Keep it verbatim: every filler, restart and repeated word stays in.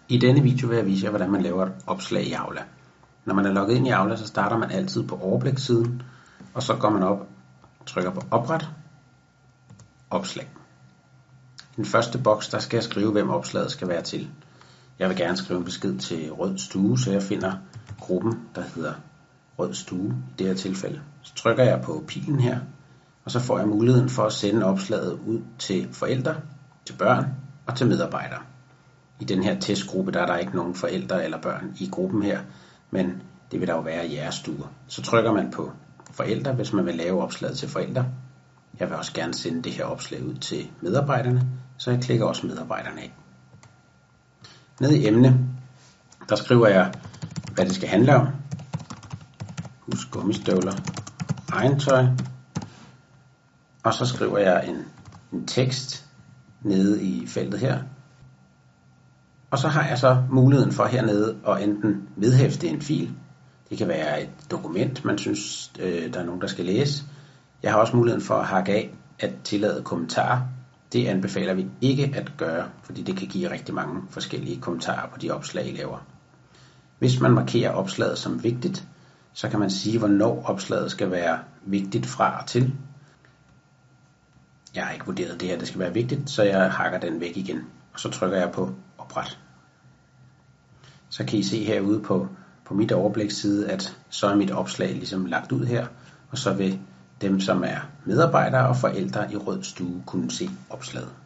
I denne video vil jeg vise jer, hvordan man laver et opslag i Aula. Når man er logget ind i Aula, så starter man altid på overblikssiden, og så går man op og trykker på opret, opslag. I den første boks, der skal jeg skrive, hvem opslaget skal være til. Jeg vil gerne skrive en besked til Rød Stue, så jeg finder gruppen, der hedder Rød Stue i det her tilfælde. Så trykker jeg på pilen her, og så får jeg muligheden for at sende opslaget ud til forældre, til børn og til medarbejdere. I den her testgruppe, der er der ikke nogen forældre eller børn i gruppen her, men det vil der jo være i jeres stuer. Så trykker man på forældre, hvis man vil lave opslaget til forældre. Jeg vil også gerne sende det her opslag ud til medarbejderne, så jeg klikker også medarbejderne af. Nede i emne, der skriver jeg, hvad det skal handle om. Husk gummistøvler, regntøj. Og så skriver jeg en, en tekst nede i feltet her. Og så har jeg så muligheden for hernede at enten vedhæfte en fil. Det kan være et dokument, man synes, øh, der er nogen, der skal læse. Jeg har også muligheden for at hakke af at tillade kommentarer. Det anbefaler vi ikke at gøre, fordi det kan give rigtig mange forskellige kommentarer på de opslag, I laver. Hvis man markerer opslaget som vigtigt, så kan man sige, hvornår opslaget skal være vigtigt fra og til. Jeg har ikke vurderet det her, det skal være vigtigt, så jeg hakker den væk igen. Og så trykker jeg på opret. Så kan I se herude på, på mit overbliksside, at så er mit opslag ligesom lagt ud her, og så vil dem, som er medarbejdere og forældre i Rød Stue, kunne se opslaget.